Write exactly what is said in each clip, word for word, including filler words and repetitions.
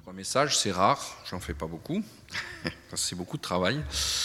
Trois messages, c'est rare, j'en fais pas beaucoup, c'est beaucoup de travail.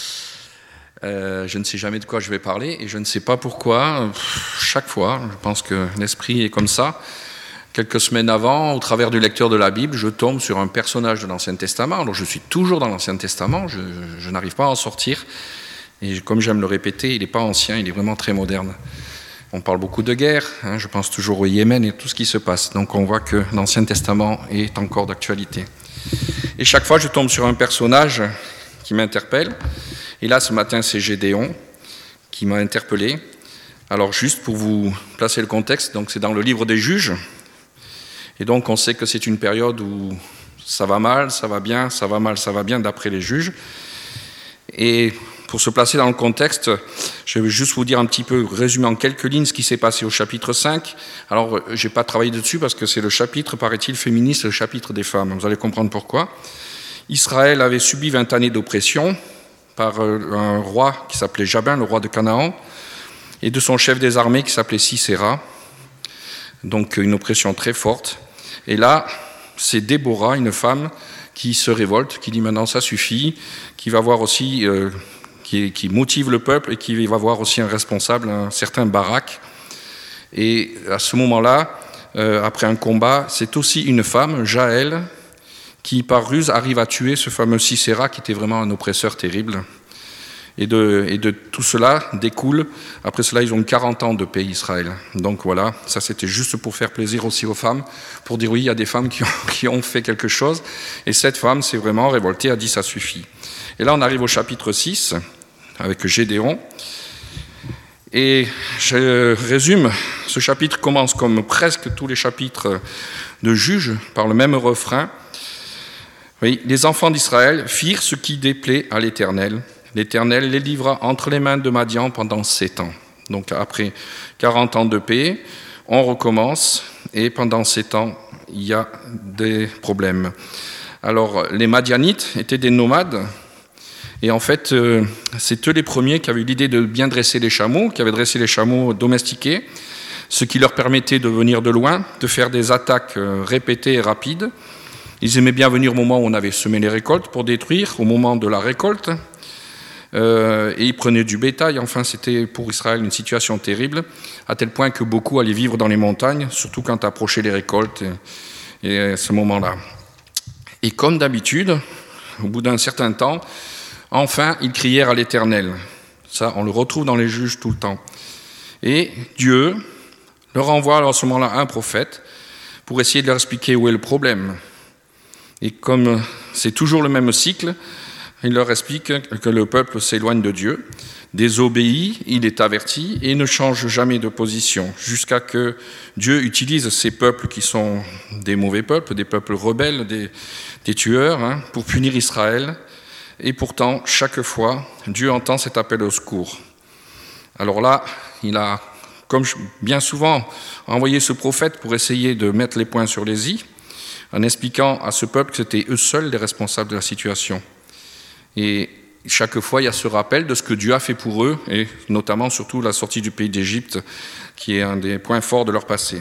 Euh, je ne sais jamais de quoi je vais parler et je ne sais pas pourquoi, chaque fois, je pense que l'esprit est comme ça. Quelques semaines avant, au travers du lecteur de la Bible, je tombe sur un personnage de l'Ancien Testament. Alors je suis toujours dans l'Ancien Testament, je, je n'arrive pas à en sortir. Et comme j'aime le répéter, il n'est pas ancien, il est vraiment très moderne. On parle beaucoup de guerre, hein, je pense toujours au Yémen et tout ce qui se passe. Donc on voit que l'Ancien Testament est encore d'actualité. Et chaque fois, je tombe sur un personnage qui m'interpelle. Et là, ce matin, c'est Gédéon qui m'a interpellé. Alors juste pour vous placer le contexte, donc c'est dans le livre des Juges. Et donc on sait que c'est une période où ça va mal, ça va bien, ça va mal, ça va bien d'après les juges. Et pour se placer dans le contexte, je vais juste vous dire un petit peu, résumer en quelques lignes ce qui s'est passé au chapitre cinq. Alors je n'ai pas travaillé dessus parce que c'est le chapitre, paraît-il, féministe, le chapitre des femmes. Vous allez comprendre pourquoi. Israël avait subi vingt années d'oppression par un roi qui s'appelait Jabin, le roi de Canaan, et de son chef des armées qui s'appelait Sisera. Donc une oppression très forte. Et là, c'est Déborah, une femme qui se révolte, qui dit maintenant ça suffit, qui va voir aussi, euh, qui, qui motive le peuple et qui va voir aussi un responsable, un certain Barak. Et à ce moment-là, euh, après un combat, c'est aussi une femme, Jaël, qui par ruse arrive à tuer ce fameux Sisera qui était vraiment un oppresseur terrible. Et de, et de tout cela découle, après cela, ils ont quarante ans de paix, Israël. Donc voilà, ça c'était juste pour faire plaisir aussi aux femmes, pour dire oui, il y a des femmes qui ont, qui ont fait quelque chose, et cette femme s'est vraiment révoltée, a dit ça suffit. Et là, on arrive au chapitre six, avec Gédéon, et je résume, ce chapitre commence comme presque tous les chapitres de Juges, par le même refrain. Oui, les enfants d'Israël firent ce qui déplaît à l'Éternel. L'Éternel les livra entre les mains de Madian pendant sept ans. Donc après quarante ans de paix, on recommence et pendant sept ans, il y a des problèmes. Alors les Madianites étaient des nomades et en fait, euh, c'est eux les premiers qui avaient eu l'idée de bien dresser les chameaux, qui avaient dressé les chameaux domestiqués, ce qui leur permettait de venir de loin, de faire des attaques répétées et rapides. Ils aimaient bien venir au moment où on avait semé les récoltes pour détruire, au moment de la récolte. Euh, et ils prenaient du bétail. Enfin, c'était pour Israël une situation terrible, à tel point que beaucoup allaient vivre dans les montagnes, surtout quand approchaient les récoltes et, et à ce moment-là. Et comme d'habitude, au bout d'un certain temps, enfin, ils crièrent à l'Éternel. Ça, on le retrouve dans les Juges tout le temps. Et Dieu leur envoie à ce moment-là un prophète pour essayer de leur expliquer où est le problème. Et comme c'est toujours le même cycle, il leur explique que le peuple s'éloigne de Dieu, désobéit, il est averti et ne change jamais de position, jusqu'à que Dieu utilise ces peuples qui sont des mauvais peuples, des peuples rebelles, des, des tueurs, hein, pour punir Israël. Et pourtant, chaque fois, Dieu entend cet appel au secours. Alors là, il a, comme bien souvent, envoyé ce prophète pour essayer de mettre les points sur les i, en expliquant à ce peuple que c'était eux seuls les responsables de la situation. Et chaque fois, il y a ce rappel de ce que Dieu a fait pour eux, et notamment surtout la sortie du pays d'Égypte, qui est un des points forts de leur passé.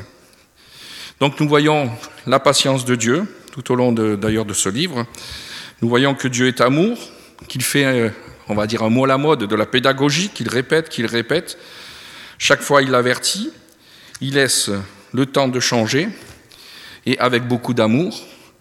Donc nous voyons la patience de Dieu, tout au long de, d'ailleurs de ce livre. Nous voyons que Dieu est amour, qu'il fait, on va dire, un mot à la mode de la pédagogie, qu'il répète, qu'il répète. Chaque fois, il l'avertit, il laisse le temps de changer, et avec beaucoup d'amour.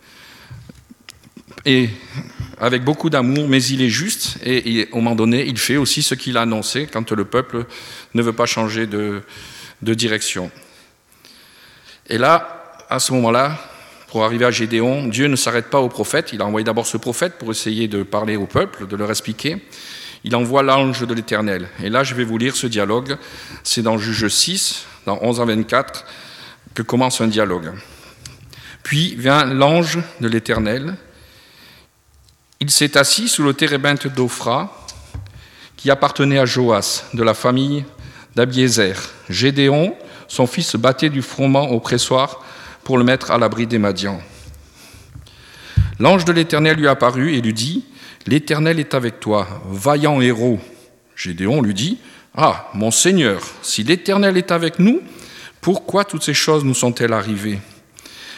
Et avec beaucoup d'amour, mais il est juste, et, et au moment donné, il fait aussi ce qu'il a annoncé quand le peuple ne veut pas changer de, de direction. Et là, à ce moment-là, pour arriver à Gédéon, Dieu ne s'arrête pas au prophète. Il a envoyé d'abord ce prophète pour essayer de parler au peuple, de leur expliquer. Il envoie l'ange de l'Éternel. Et là, je vais vous lire ce dialogue. C'est dans Juges six, dans onze à vingt-quatre, que commence un dialogue. Puis vient l'ange de l'Éternel. Il s'est assis sous le térébinthe d'Ophra, qui appartenait à Joas, de la famille d'Abiézer. Gédéon, son fils, battait du froment au pressoir pour le mettre à l'abri des Madians. L'ange de l'Éternel lui apparut et lui dit « L'Éternel est avec toi, vaillant héros. » Gédéon lui dit « Ah, mon Seigneur, si l'Éternel est avec nous, pourquoi toutes ces choses nous sont-elles arrivées ?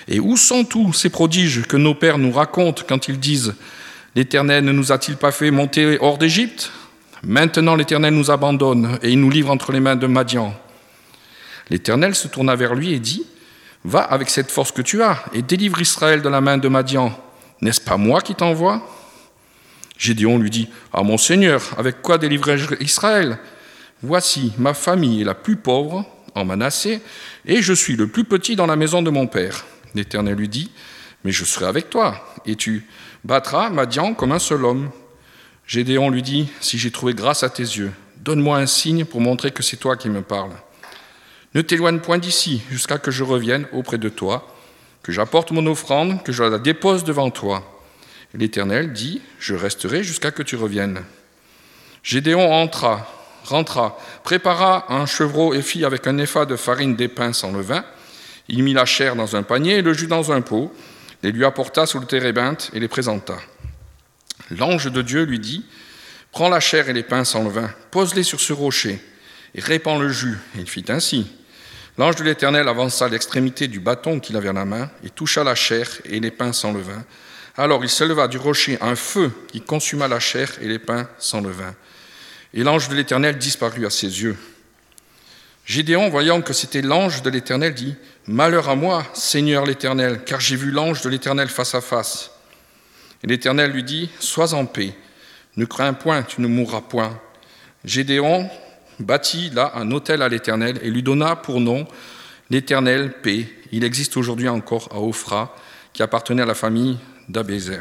Et où sont tous ces prodiges que nos pères nous racontent quand ils disent « L'Éternel ne nous a-t-il pas fait monter hors d'Égypte ? Maintenant l'Éternel nous abandonne et il nous livre entre les mains de Madian. » L'Éternel se tourna vers lui et dit « Va avec cette force que tu as et délivre Israël de la main de Madian. N'est-ce pas moi qui t'envoie ?» Gédéon lui dit « Ah mon Seigneur, avec quoi délivrer Israël ? Voici, ma famille est la plus pauvre en Manassé et je suis le plus petit dans la maison de mon père. » L'Éternel lui dit « Mais je serai avec toi et tu battras Madian comme un seul homme. » Gédéon lui dit « Si j'ai trouvé grâce à tes yeux, donne-moi un signe pour montrer que c'est toi qui me parles. Ne t'éloigne point d'ici jusqu'à que je revienne auprès de toi, que j'apporte mon offrande, que je la dépose devant toi. » Et l'Éternel dit « Je resterai jusqu'à que tu reviennes. » Gédéon entra, rentra, prépara un chevreau et fit avec un épha de farine des pains sans levain. Il mit la chair dans un panier et le jus dans un pot, les lui apporta sous le térébinthe et les présenta. L'ange de Dieu lui dit « Prends la chair et les pains sans levain, pose-les sur ce rocher et répands le jus. » Et il fit ainsi. L'ange de l'Éternel avança l'extrémité du bâton qu'il avait à la main et toucha la chair et les pains sans levain. Alors il s'éleva du rocher un feu qui consuma la chair et les pains sans levain. Et l'ange de l'Éternel disparut à ses yeux. Gédéon, voyant que c'était l'ange de l'Éternel, dit « Malheur à moi, Seigneur l'Éternel, car j'ai vu l'ange de l'Éternel face à face. » Et l'Éternel lui dit « Sois en paix, ne crains point, tu ne mourras point. » Gédéon bâtit là un autel à l'Éternel et lui donna pour nom l'Éternel paix. Il existe aujourd'hui encore à Ophra, qui appartenait à la famille d'Abézer.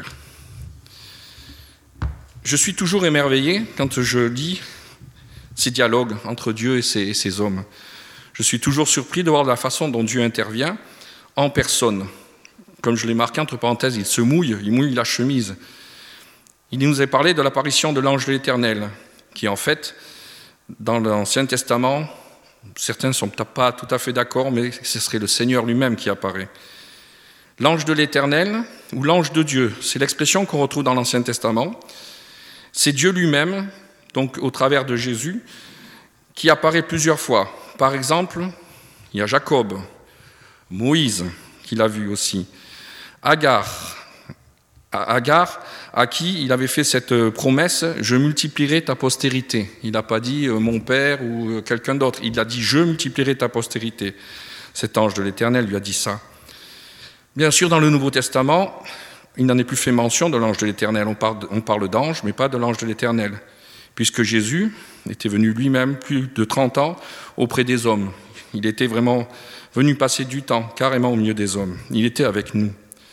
Je suis toujours émerveillé quand je lis ces dialogues entre Dieu et ses, et ses hommes. Je suis toujours surpris de voir la façon dont Dieu intervient en personne. Comme je l'ai marqué entre parenthèses, il se mouille, il mouille la chemise. Il nous est parlé de l'apparition de l'ange de l'Éternel, qui en fait, dans l'Ancien Testament, certains ne sont pas tout à fait d'accord, mais ce serait le Seigneur lui-même qui apparaît. L'ange de l'Éternel, ou l'ange de Dieu, c'est l'expression qu'on retrouve dans l'Ancien Testament. C'est Dieu lui-même, donc au travers de Jésus, qui apparaît plusieurs fois. Par exemple, il y a Jacob, Moïse, qui l'a vu aussi, Agar, Agar, à qui il avait fait cette promesse « Je multiplierai ta postérité ». Il n'a pas dit « mon père » ou quelqu'un d'autre. Il a dit « Je multiplierai ta postérité ». Cet ange de l'Éternel lui a dit ça. Bien sûr, dans le Nouveau Testament, il n'en est plus fait mention de l'ange de l'Éternel. On parle, on parle d'ange, mais pas de l'ange de l'Éternel, puisque Jésus était venu lui-même plus de trente ans auprès des hommes. Il était vraiment venu passer du temps carrément au milieu des hommes. Il était avec nous.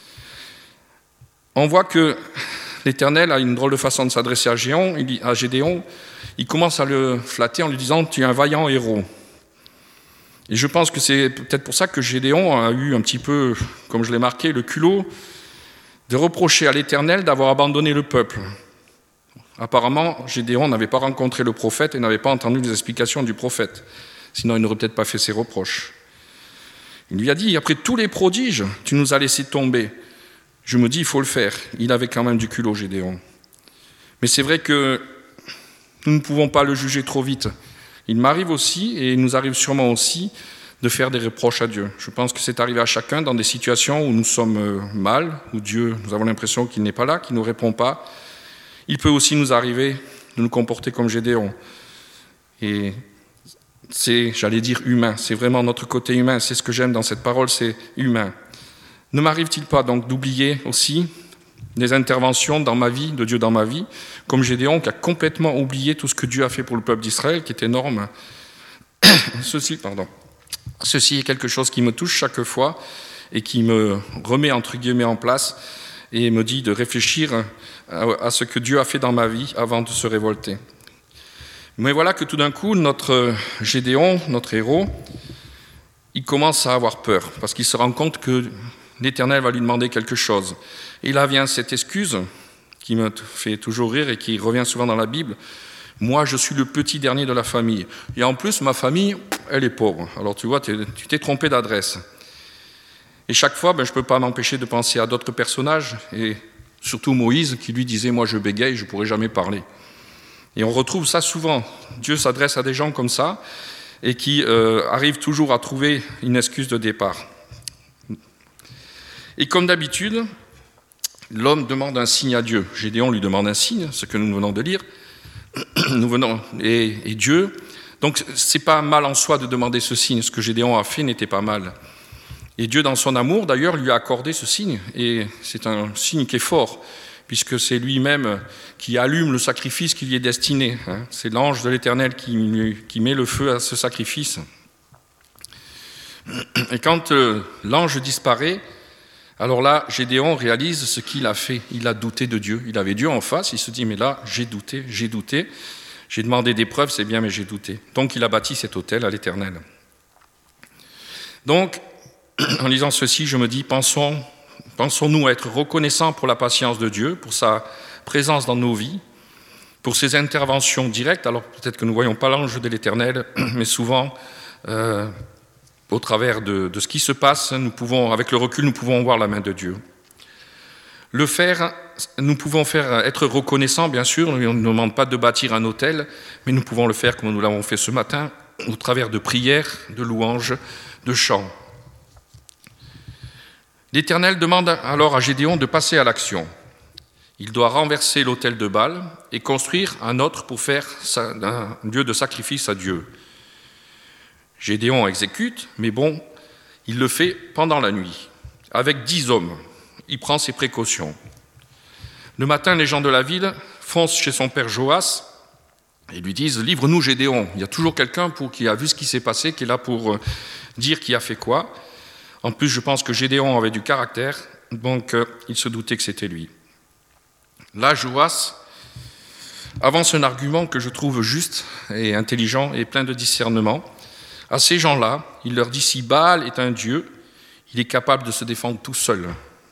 On voit que l'Éternel a une drôle de façon de s'adresser à Gédéon. Il, à Gédéon, il commence à le flatter en lui disant « Tu es un vaillant héros ». Et je pense que c'est peut-être pour ça que Gédéon a eu un petit peu, comme je l'ai marqué, le culot de reprocher à l'Éternel d'avoir abandonné le peuple. Apparemment, Gédéon n'avait pas rencontré le prophète et n'avait pas entendu les explications du prophète. Sinon, il n'aurait peut-être pas fait ses reproches. Il lui a dit « Après tous les prodiges, tu nous as laissé tomber. » Je me dis, il faut le faire. Il avait quand même du culot, Gédéon. Mais c'est vrai que nous ne pouvons pas le juger trop vite. Il m'arrive aussi, et il nous arrive sûrement aussi, de faire des reproches à Dieu. Je pense que c'est arrivé à chacun dans des situations où nous sommes mal, où Dieu, nous avons l'impression qu'il n'est pas là, qu'il ne nous répond pas. Il peut aussi nous arriver de nous comporter comme Gédéon. Et c'est, j'allais dire, humain. C'est vraiment notre côté humain. C'est ce que j'aime dans cette parole, c'est humain. Ne m'arrive-t-il pas donc d'oublier aussi des interventions dans ma vie, de Dieu dans ma vie, comme Gédéon qui a complètement oublié tout ce que Dieu a fait pour le peuple d'Israël, qui est énorme. Ceci, pardon. Ceci est quelque chose qui me touche chaque fois et qui me remet entre guillemets en place et me dit de réfléchir à ce que Dieu a fait dans ma vie avant de se révolter. Mais voilà que tout d'un coup, notre Gédéon, notre héros, il commence à avoir peur parce qu'il se rend compte que l'Éternel va lui demander quelque chose. Et là vient cette excuse qui me fait toujours rire et qui revient souvent dans la Bible. Moi, je suis le petit dernier de la famille. Et en plus, ma famille, elle est pauvre. Alors tu vois, tu t'es trompé d'adresse. Et chaque fois, ben, je ne peux pas m'empêcher de penser à d'autres personnages, et surtout Moïse, qui lui disait « Moi, je bégaye, je ne pourrai jamais parler ». Et on retrouve ça souvent. Dieu s'adresse à des gens comme ça, et qui euh, arrivent toujours à trouver une excuse de départ. Et comme d'habitude, l'homme demande un signe à Dieu. Gédéon lui demande un signe, ce que nous venons de lire. Nous venons, et, et Dieu... Donc, ce n'est pas mal en soi de demander ce signe. Ce que Gédéon a fait n'était pas mal. Et Dieu, dans son amour, d'ailleurs, lui a accordé ce signe. Et c'est un signe qui est fort, puisque c'est lui-même qui allume le sacrifice qui lui est destiné. C'est l'ange de l'Éternel qui, qui met le feu à ce sacrifice. Et quand euh, l'ange disparaît, alors là, Gédéon réalise ce qu'il a fait. Il a douté de Dieu. Il avait Dieu en face. Il se dit, mais là, j'ai douté, j'ai douté. J'ai demandé des preuves, c'est bien, mais j'ai douté. Donc, il a bâti cet autel à l'Éternel. Donc, en lisant ceci, je me dis, pensons, pensons-nous à être reconnaissants pour la patience de Dieu, pour sa présence dans nos vies, pour ses interventions directes. Alors, peut-être que nous ne voyons pas l'ange de l'Éternel, mais souvent, euh, au travers de, de ce qui se passe, nous pouvons, avec le recul, nous pouvons voir la main de Dieu. Le faire, nous pouvons faire être reconnaissants, bien sûr, on ne nous demande pas de bâtir un autel, mais nous pouvons le faire comme nous l'avons fait ce matin, au travers de prières, de louanges, de chants. L'Éternel demande alors à Gédéon de passer à l'action. Il doit renverser l'autel de Baal et construire un autre pour faire un lieu de sacrifice à Dieu. Gédéon exécute, mais bon, il le fait pendant la nuit, avec dix hommes. Il prend ses précautions. Le matin, les gens de la ville foncent chez son père Joas et lui disent « Livre-nous Gédéon ». Il y a toujours quelqu'un pour, qui a vu ce qui s'est passé, qui est là pour dire qui a fait quoi. En plus, je pense que Gédéon avait du caractère, donc euh, il se doutait que c'était lui. Là, Joas avance un argument que je trouve juste et intelligent et plein de discernement. À ces gens-là, il leur dit « Si Baal est un dieu, il est capable de se défendre tout seul ».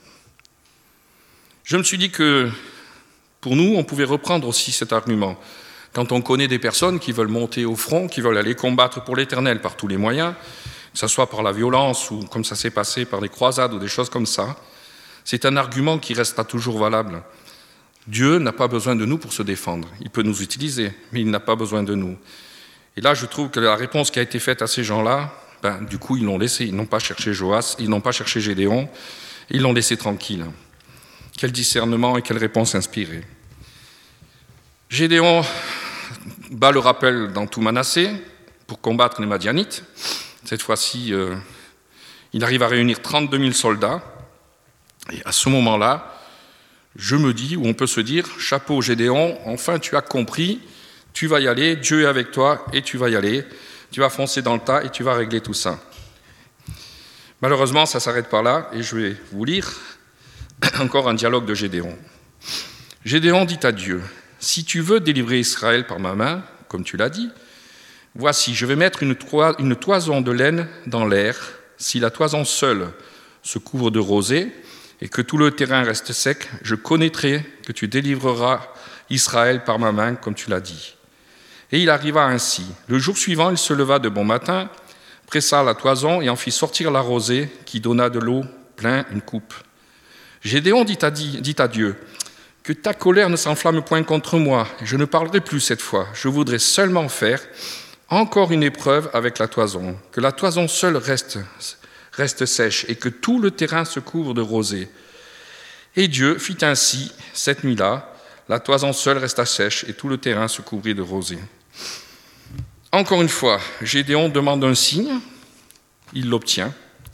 Je me suis dit que, pour nous, on pouvait reprendre aussi cet argument. Quand on connaît des personnes qui veulent monter au front, qui veulent aller combattre pour l'Éternel par tous les moyens, que ce soit par la violence ou comme ça s'est passé par des croisades ou des choses comme ça, c'est un argument qui restera toujours valable. Dieu n'a pas besoin de nous pour se défendre. Il peut nous utiliser, mais il n'a pas besoin de nous. Et là, je trouve que la réponse qui a été faite à ces gens-là, ben, du coup, ils l'ont laissé. Ils n'ont pas cherché Joas, ils n'ont pas cherché Gédéon, ils l'ont laissé tranquille. Quel discernement et quelle réponse inspirée. Gédéon bat le rappel dans tout Manassé pour combattre les Madianites. Cette fois-ci, euh, il arrive à réunir trente-deux mille soldats. Et à ce moment-là, je me dis, ou on peut se dire, chapeau Gédéon, enfin tu as compris, tu vas y aller, Dieu est avec toi et tu vas y aller. Tu vas foncer dans le tas et tu vas régler tout ça. Malheureusement, ça s'arrête par là et je vais vous lire encore un dialogue de Gédéon. Gédéon dit à Dieu, « Si tu veux délivrer Israël par ma main, comme tu l'as dit, voici, je vais mettre une, toi- une toison de laine dans l'air. Si la toison seule se couvre de rosée et que tout le terrain reste sec, je connaîtrai que tu délivreras Israël par ma main, comme tu l'as dit. » Et il arriva ainsi. Le jour suivant, il se leva de bon matin, pressa la toison et en fit sortir la rosée qui donna de l'eau plein une coupe. Gédéon dit à, dit à Dieu, « Que ta colère ne s'enflamme point contre moi, je ne parlerai plus cette fois, je voudrais seulement faire encore une épreuve avec la toison, que la toison seule reste, reste sèche et que tout le terrain se couvre de rosée. » Et Dieu fit ainsi, cette nuit-là, la toison seule resta sèche et tout le terrain se couvrit de rosée. Encore une fois, Gédéon demande un signe, il l'obtient.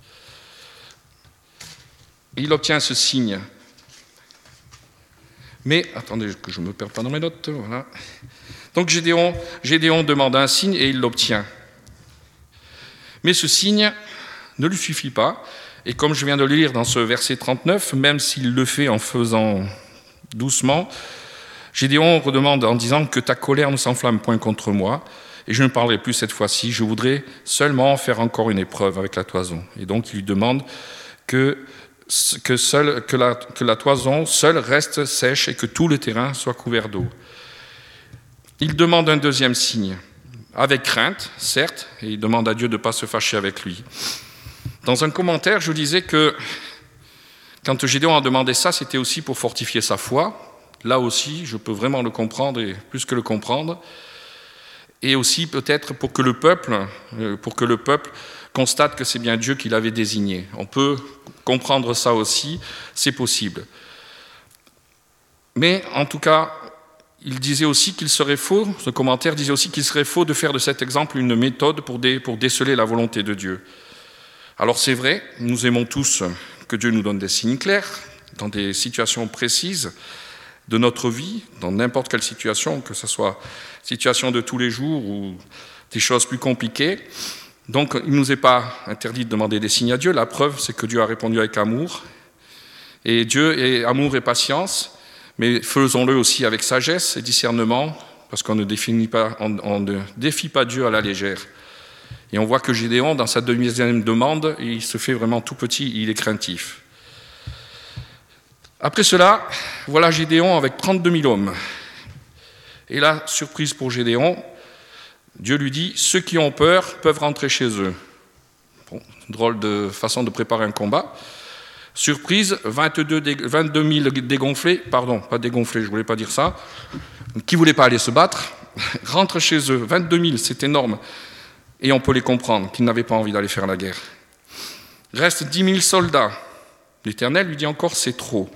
Il obtient ce signe. Mais, attendez que je ne me perds pas dans mes notes, voilà. Donc Gédéon, Gédéon demande un signe et il l'obtient. Mais ce signe ne lui suffit pas. Et comme je viens de le lire dans ce verset trente-neuf, même s'il le fait en faisant doucement, Gédéon redemande en disant que ta colère ne s'enflamme point contre moi, et je ne parlerai plus cette fois-ci, je voudrais seulement faire encore une épreuve avec la toison. Et donc il lui demande que, que, seul, que, la, que la toison seule reste sèche et que tout le terrain soit couvert d'eau. Il demande un deuxième signe, avec crainte, certes, et il demande à Dieu de ne pas se fâcher avec lui. Dans un commentaire, je disais que quand Gédéon a demandé ça, c'était aussi pour fortifier sa foi. Là aussi, je peux vraiment le comprendre, et plus que le comprendre. Et aussi peut-être pour que le peuple, pour que le peuple constate que c'est bien Dieu qui l'avait désigné. On peut comprendre ça aussi, c'est possible. Mais en tout cas, il disait aussi qu'il serait faux, ce commentaire disait aussi qu'il serait faux de faire de cet exemple une méthode pour, dé, pour déceler la volonté de Dieu. Alors c'est vrai, nous aimons tous que Dieu nous donne des signes clairs, dans des situations précises de notre vie, dans n'importe quelle situation, que ce soit situation de tous les jours ou des choses plus compliquées. Donc il ne nous est pas interdit de demander des signes à Dieu. La preuve, c'est que Dieu a répondu avec amour. Et Dieu est amour et patience. Mais faisons-le aussi avec sagesse et discernement, parce qu'on ne, définit pas, on, on ne défie pas Dieu à la légère. Et on voit que Gédéon, dans sa deuxième demande, il se fait vraiment tout petit, il est craintif. Après cela, voilà Gédéon avec trente-deux mille hommes. Et là, surprise pour Gédéon, Dieu lui dit « Ceux qui ont peur peuvent rentrer chez eux ». Bon, drôle de façon de préparer un combat. Surprise, vingt-deux mille dégonflés, pardon, pas dégonflés, je ne voulais pas dire ça, qui ne voulaient pas aller se battre, rentrent chez eux, vingt-deux mille, c'est énorme, et on peut les comprendre, qu'ils n'avaient pas envie d'aller faire la guerre. Reste dix mille soldats, l'Éternel lui dit encore, c'est trop.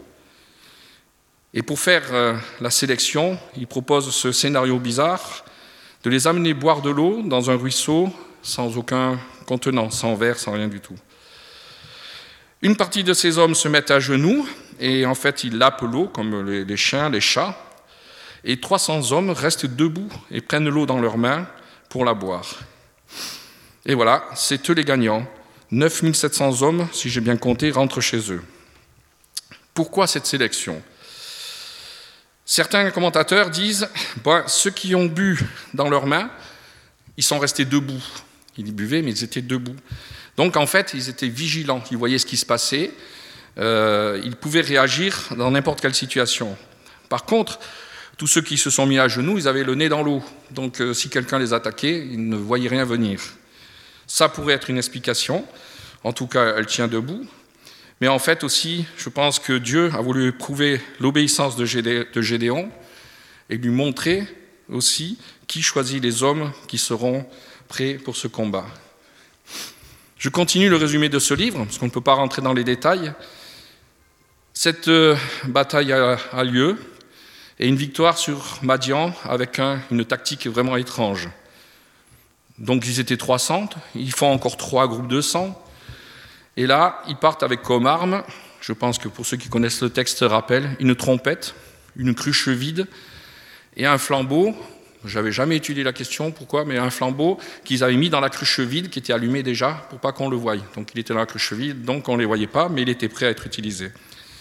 Et pour faire euh, la sélection, il propose ce scénario bizarre, de les amener boire de l'eau dans un ruisseau, sans aucun contenant, sans verre, sans rien du tout. Une partie de ces hommes se mettent à genoux, et en fait ils lapent l'eau, comme les, les chiens, les chats, et trois cents hommes restent debout et prennent l'eau dans leurs mains pour la boire. Et voilà, c'est eux les gagnants. neuf mille sept cents hommes, si j'ai bien compté, rentrent chez eux. Pourquoi cette sélection ? Certains commentateurs disent, bon, ceux qui ont bu dans leurs mains, ils sont restés debout. Ils buvaient, mais ils étaient debout. Donc en fait, ils étaient vigilants, ils voyaient ce qui se passait, euh, ils pouvaient réagir dans n'importe quelle situation. Par contre, tous ceux qui se sont mis à genoux, ils avaient le nez dans l'eau. Donc euh, si quelqu'un les attaquait, ils ne voyaient rien venir. Ça pourrait être une explication, en tout cas elle tient debout. Mais en fait aussi, je pense que Dieu a voulu prouver l'obéissance de Gédéon et lui montrer aussi qui choisit les hommes qui seront prêts pour ce combat. Je continue le résumé de ce livre, parce qu'on ne peut pas rentrer dans les détails. Cette euh, bataille a, a lieu, et une victoire sur Madian avec un, une tactique vraiment étrange. Donc ils étaient trois cents, ils font encore trois groupes de cent, et là, ils partent avec comme arme, je pense que pour ceux qui connaissent le texte se rappellent, une trompette, une cruche vide et un flambeau. J'avais jamais étudié la question, pourquoi, mais un flambeau qu'ils avaient mis dans la cruche vide, qui était allumé déjà, pour pas qu'on le voie. Donc il était dans la cruche vide, donc on ne les voyait pas, mais il était prêt à être utilisé.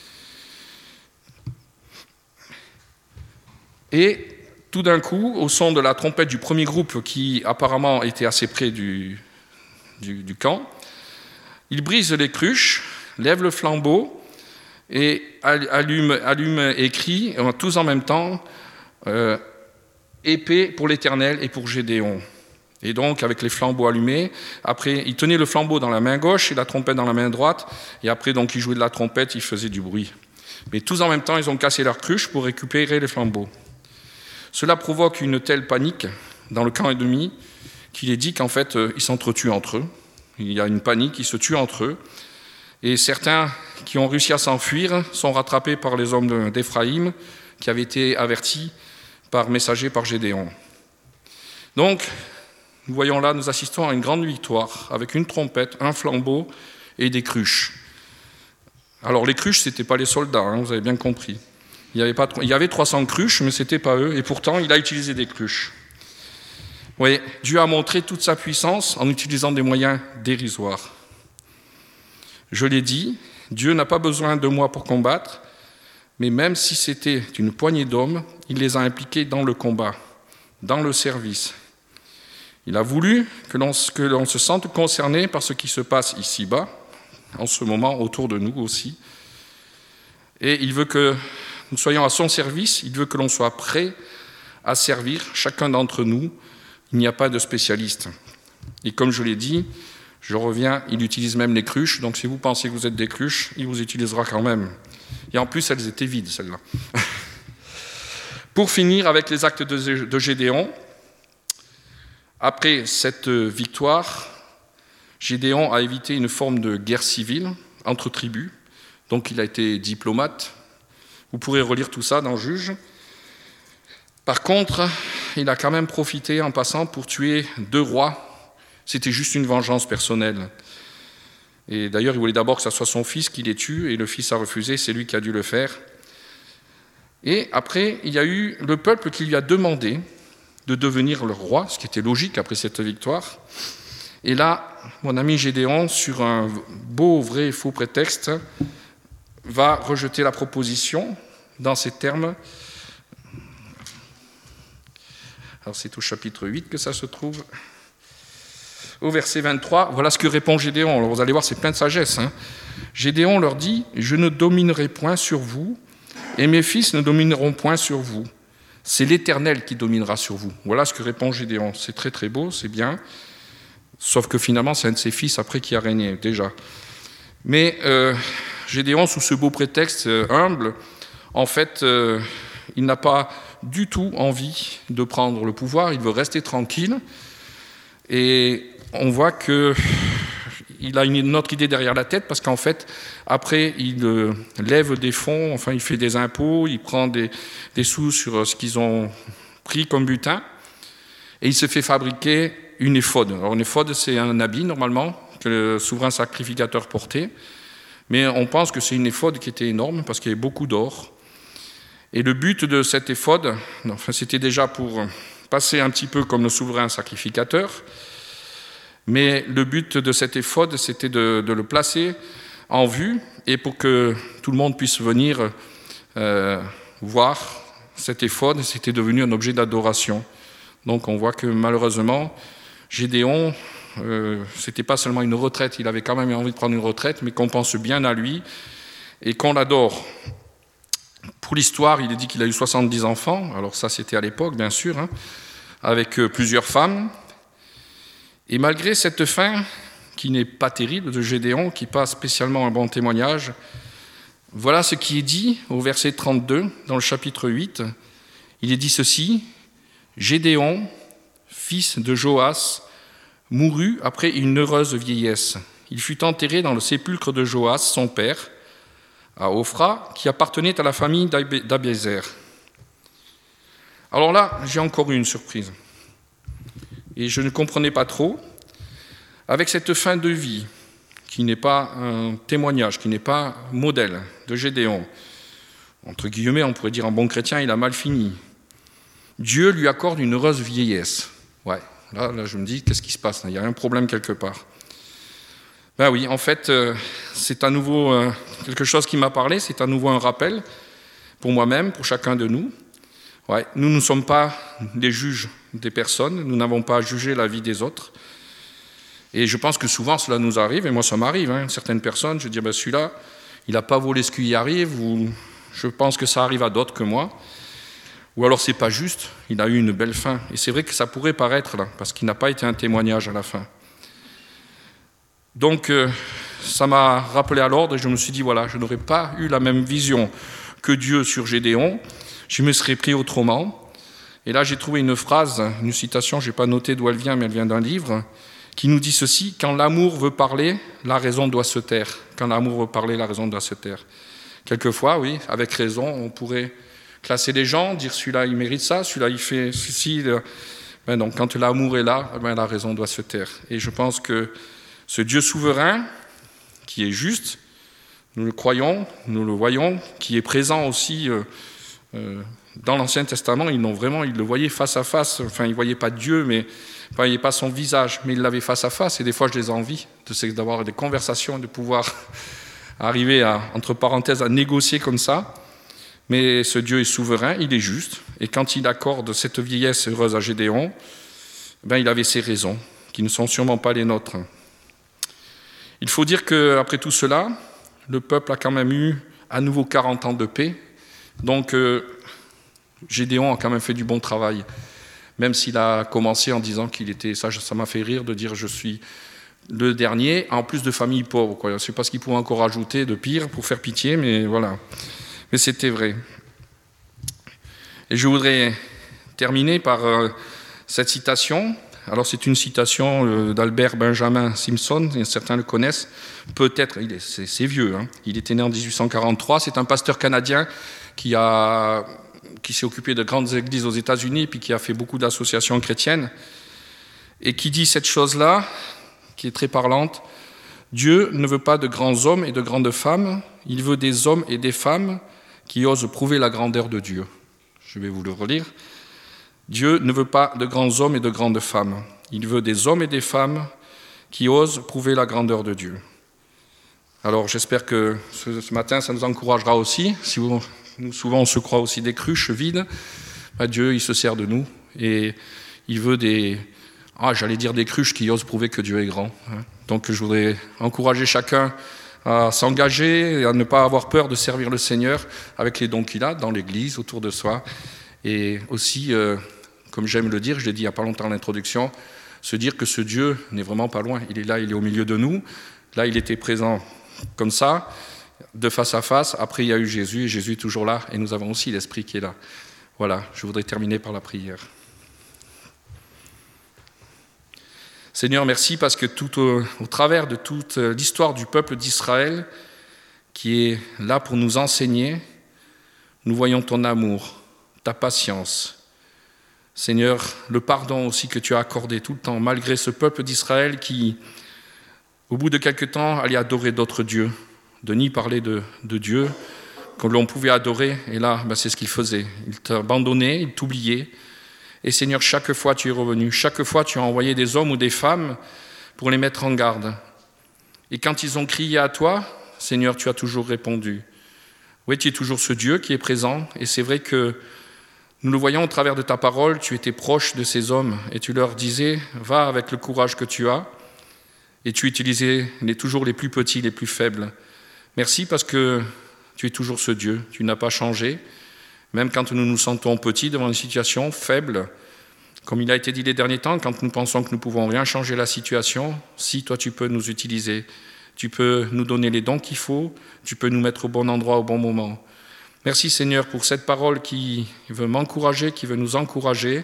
Et tout d'un coup, au son de la trompette du premier groupe, qui apparemment était assez près du, du, du camp, ils brisent les cruches, lèvent le flambeau, et allument, allument et crient, tous en même temps, euh, épée pour l'Éternel et pour Gédéon. Et donc, avec les flambeaux allumés, après, il tenait le flambeau dans la main gauche et la trompette dans la main droite, et après, donc, il jouait de la trompette, il faisait du bruit. Mais tous en même temps, ils ont cassé leur cruche pour récupérer les flambeaux. Cela provoque une telle panique dans le camp ennemi qu'il est dit qu'en fait, ils s'entretuent entre eux. Il y a une panique, ils se tuent entre eux. Et certains qui ont réussi à s'enfuir sont rattrapés par les hommes d'Éphraïm qui avaient été avertis par messager par Gédéon. Donc, nous voyons là, nous assistons à une grande victoire avec une trompette, un flambeau et des cruches. Alors les cruches, ce n'étaient pas les soldats, hein, vous avez bien compris. Il y avait, pas, il y avait trois cents cruches, mais ce n'était pas eux, et pourtant il a utilisé des cruches. Vous voyez, Dieu a montré toute sa puissance en utilisant des moyens dérisoires. Je l'ai dit, Dieu n'a pas besoin de moi pour combattre, mais même si c'était une poignée d'hommes, il les a impliqués dans le combat, dans le service. Il a voulu que l'on, que l'on se sente concerné par ce qui se passe ici-bas, en ce moment autour de nous aussi. Et il veut que nous soyons à son service, il veut que l'on soit prêt à servir chacun d'entre nous. Il n'y a pas de spécialiste. Et comme je l'ai dit, je reviens, il utilise même les cruches, donc si vous pensez que vous êtes des cruches, il vous utilisera quand même. Et en plus, elles étaient vides, celles-là. Pour finir avec les actes de Gédéon, après cette victoire, Gédéon a évité une forme de guerre civile entre tribus, donc il a été diplomate. Vous pourrez relire tout ça dans Juges. Par contre, il a quand même profité en passant pour tuer deux rois. C'était juste une vengeance personnelle. Et d'ailleurs, il voulait d'abord que ce soit son fils qui les tue, et le fils a refusé, c'est lui qui a dû le faire. Et après, il y a eu le peuple qui lui a demandé de devenir le roi, ce qui était logique après cette victoire. Et là, mon ami Gédéon, sur un beau, vrai, faux prétexte, va rejeter la proposition dans ces termes. Alors c'est au chapitre huit que ça se trouve. Au verset vingt-trois, voilà ce que répond Gédéon. Alors vous allez voir, c'est plein de sagesse. Hein. Gédéon leur dit « Je ne dominerai point sur vous, et mes fils ne domineront point sur vous. C'est l'Éternel qui dominera sur vous. » Voilà ce que répond Gédéon. C'est très très beau, c'est bien. Sauf que finalement, c'est un de ses fils après qui a régné, déjà. Mais euh, Gédéon, sous ce beau prétexte euh, humble, en fait, euh, il n'a pas du tout envie de prendre le pouvoir, il veut rester tranquille. Et on voit qu'il a une autre idée derrière la tête, parce qu'en fait, après, il euh, lève des fonds, enfin, il fait des impôts, il prend des, des sous sur ce qu'ils ont pris comme butin, et il se fait fabriquer une éphode. Alors, une éphode, c'est un habit, normalement, que le souverain sacrificateur portait, mais on pense que c'est une éphode qui était énorme, parce qu'il y avait beaucoup d'or. Et le but de cette éphode, enfin, c'était déjà pour passer un petit peu comme le souverain sacrificateur, mais le but de cette éphode, c'était de, de le placer en vue, et pour que tout le monde puisse venir euh, voir cette éphode, c'était devenu un objet d'adoration. Donc on voit que malheureusement, Gédéon, euh, c'était pas seulement une retraite, il avait quand même envie de prendre une retraite, mais qu'on pense bien à lui et qu'on l'adore. Pour l'histoire, il est dit qu'il a eu soixante-dix enfants, alors ça c'était à l'époque bien sûr, hein, avec euh, plusieurs femmes. Et malgré cette fin, qui n'est pas terrible, de Gédéon, qui n'est pas spécialement un bon témoignage, voilà ce qui est dit au verset trente-deux, dans le chapitre huit. Il est dit ceci, « Gédéon, fils de Joas, mourut après une heureuse vieillesse. Il fut enterré dans le sépulcre de Joas, son père, à Ophra, qui appartenait à la famille d'Abiézer. » Alors là, j'ai encore eu une surprise. Et je ne comprenais pas trop. Avec cette fin de vie, qui n'est pas un témoignage, qui n'est pas un modèle de Gédéon, entre guillemets, on pourrait dire en bon chrétien, il a mal fini. Dieu lui accorde une heureuse vieillesse. Ouais, là, là je me dis, qu'est-ce qui se passe? Il y a un problème quelque part. Ben oui, en fait, euh, c'est à nouveau euh, quelque chose qui m'a parlé, c'est à nouveau un rappel pour moi-même, pour chacun de nous. Ouais, nous ne sommes pas des juges des personnes, nous n'avons pas à juger la vie des autres. Et je pense que souvent cela nous arrive, et moi ça m'arrive, hein, certaines personnes, je dis, ben celui-là, il n'a pas volé ce qui y arrive, ou je pense que ça arrive à d'autres que moi. Ou alors c'est pas juste, il a eu une belle fin. Et c'est vrai que ça pourrait paraître là, parce qu'il n'a pas été un témoignage à la fin. Donc euh, ça m'a rappelé à l'ordre, et je me suis dit, voilà, je n'aurais pas eu la même vision que Dieu sur Gédéon, je me serais pris autrement. Et là j'ai trouvé une phrase, une citation, je n'ai pas noté d'où elle vient, mais elle vient d'un livre, qui nous dit ceci, « Quand l'amour veut parler, la raison doit se taire. » Quand l'amour veut parler, la raison doit se taire. Quelquefois, oui, avec raison, on pourrait classer les gens, dire celui-là il mérite ça, celui-là il fait ceci. Ben donc, quand l'amour est là, ben la raison doit se taire. Et je pense que ce Dieu souverain, qui est juste, nous le croyons, nous le voyons, qui est présent aussi euh, euh, dans l'Ancien Testament, ils l'ont vraiment, ils le voyaient face à face. Enfin, ils ne voyaient pas Dieu, mais ils ne voyaient pas son visage, mais ils l'avaient face à face. Et des fois, je les envie de, d'avoir des conversations, de pouvoir arriver à, entre parenthèses, à négocier comme ça. Mais ce Dieu est souverain, il est juste. Et quand il accorde cette vieillesse heureuse à Gédéon, ben, il avait ses raisons, qui ne sont sûrement pas les nôtres. Il faut dire qu'après tout cela, le peuple a quand même eu à nouveau quarante ans de paix. Donc, euh, Gédéon a quand même fait du bon travail. Même s'il a commencé en disant qu'il était, ça, ça m'a fait rire de dire je suis le dernier, en plus de famille pauvre, quoi. Je ne sais pas ce qu'il pouvait encore ajouter de pire pour faire pitié, mais voilà. Mais c'était vrai. Et je voudrais terminer par euh, cette citation Alors c'est une citation euh, d'Albert Benjamin Simpson, certains le connaissent, peut-être, il est, c'est, c'est vieux, hein. Il était né en dix-huit cent quarante-trois, c'est un pasteur canadien qui, a, qui s'est occupé de grandes églises aux États-Unis, puis qui a fait beaucoup d'associations chrétiennes, et qui dit cette chose-là, qui est très parlante: Dieu ne veut pas de grands hommes et de grandes femmes, il veut des hommes et des femmes qui osent prouver la grandeur de Dieu. Je vais vous le relire. Dieu ne veut pas de grands hommes et de grandes femmes. Il veut des hommes et des femmes qui osent prouver la grandeur de Dieu. Alors j'espère que ce, ce matin, ça nous encouragera aussi. Si vous, nous, souvent, on se croit aussi des cruches vides. Ben, Dieu, il se sert de nous. Et il veut des... Ah, j'allais dire des cruches qui osent prouver que Dieu est grand. Donc je voudrais encourager chacun à s'engager et à ne pas avoir peur de servir le Seigneur avec les dons qu'il a dans l'Église, autour de soi. Et aussi, euh, comme j'aime le dire, je l'ai dit il n'y a pas longtemps en l'introduction, se dire que ce Dieu n'est vraiment pas loin. Il est là, il est au milieu de nous. Là, il était présent comme ça, de face à face. Après, il y a eu Jésus, et Jésus est toujours là. Et nous avons aussi l'Esprit qui est là. Voilà, je voudrais terminer par la prière. Seigneur, merci parce que tout au, au travers de toute l'histoire du peuple d'Israël, qui est là pour nous enseigner, nous voyons ton amour, ta patience. Seigneur, le pardon aussi que tu as accordé tout le temps, malgré ce peuple d'Israël qui, au bout de quelque temps, allait adorer d'autres dieux. Denis parlait de, de Dieu que l'on pouvait adorer, et là, ben, c'est ce qu'il faisait. Il t'abandonnait, il t'oubliait. Et Seigneur, chaque fois tu es revenu, chaque fois tu as envoyé des hommes ou des femmes pour les mettre en garde. Et quand ils ont crié à toi, Seigneur, tu as toujours répondu. Oui, tu es toujours ce Dieu qui est présent, et c'est vrai que nous le voyons au travers de ta parole, tu étais proche de ces hommes, et tu leur disais, va avec le courage que tu as, et tu utilisais les, toujours les plus petits, les plus faibles. Merci parce que tu es toujours ce Dieu, tu n'as pas changé. Même quand nous nous sentons petits devant une situation faible, comme il a été dit les derniers temps, quand nous pensons que nous ne pouvons rien changer la situation, si toi tu peux nous utiliser, tu peux nous donner les dons qu'il faut, tu peux nous mettre au bon endroit au bon moment. Merci Seigneur pour cette parole qui veut m'encourager, qui veut nous encourager.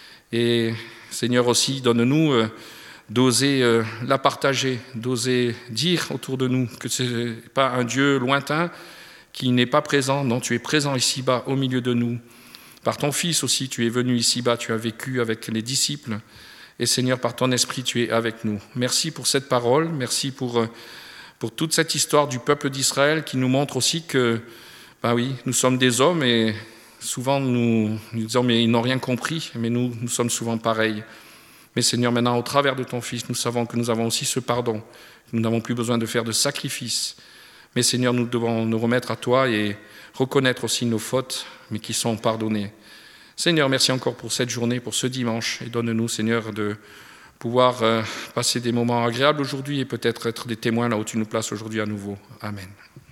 Et Seigneur aussi, donne-nous euh, d'oser euh, la partager, d'oser dire autour de nous que ce n'est pas un Dieu lointain, qui n'est pas présent, non, tu es présent ici-bas, au milieu de nous. Par ton Fils aussi, tu es venu ici-bas, tu as vécu avec les disciples. Et Seigneur, par ton Esprit, tu es avec nous. Merci pour cette parole, merci pour, pour toute cette histoire du peuple d'Israël qui nous montre aussi que, ben oui, nous sommes des hommes et souvent nous, nous disons, mais ils n'ont rien compris, mais nous, nous sommes souvent pareils. Mais Seigneur, maintenant, au travers de ton Fils, nous savons que nous avons aussi ce pardon. Nous n'avons plus besoin de faire de sacrifices. Mais Seigneur, nous devons nous remettre à toi et reconnaître aussi nos fautes, mais qui sont pardonnées. Seigneur, merci encore pour cette journée, pour ce dimanche, et donne-nous, Seigneur, de pouvoir euh, passer des moments agréables aujourd'hui et peut-être être des témoins là où tu nous places aujourd'hui à nouveau. Amen.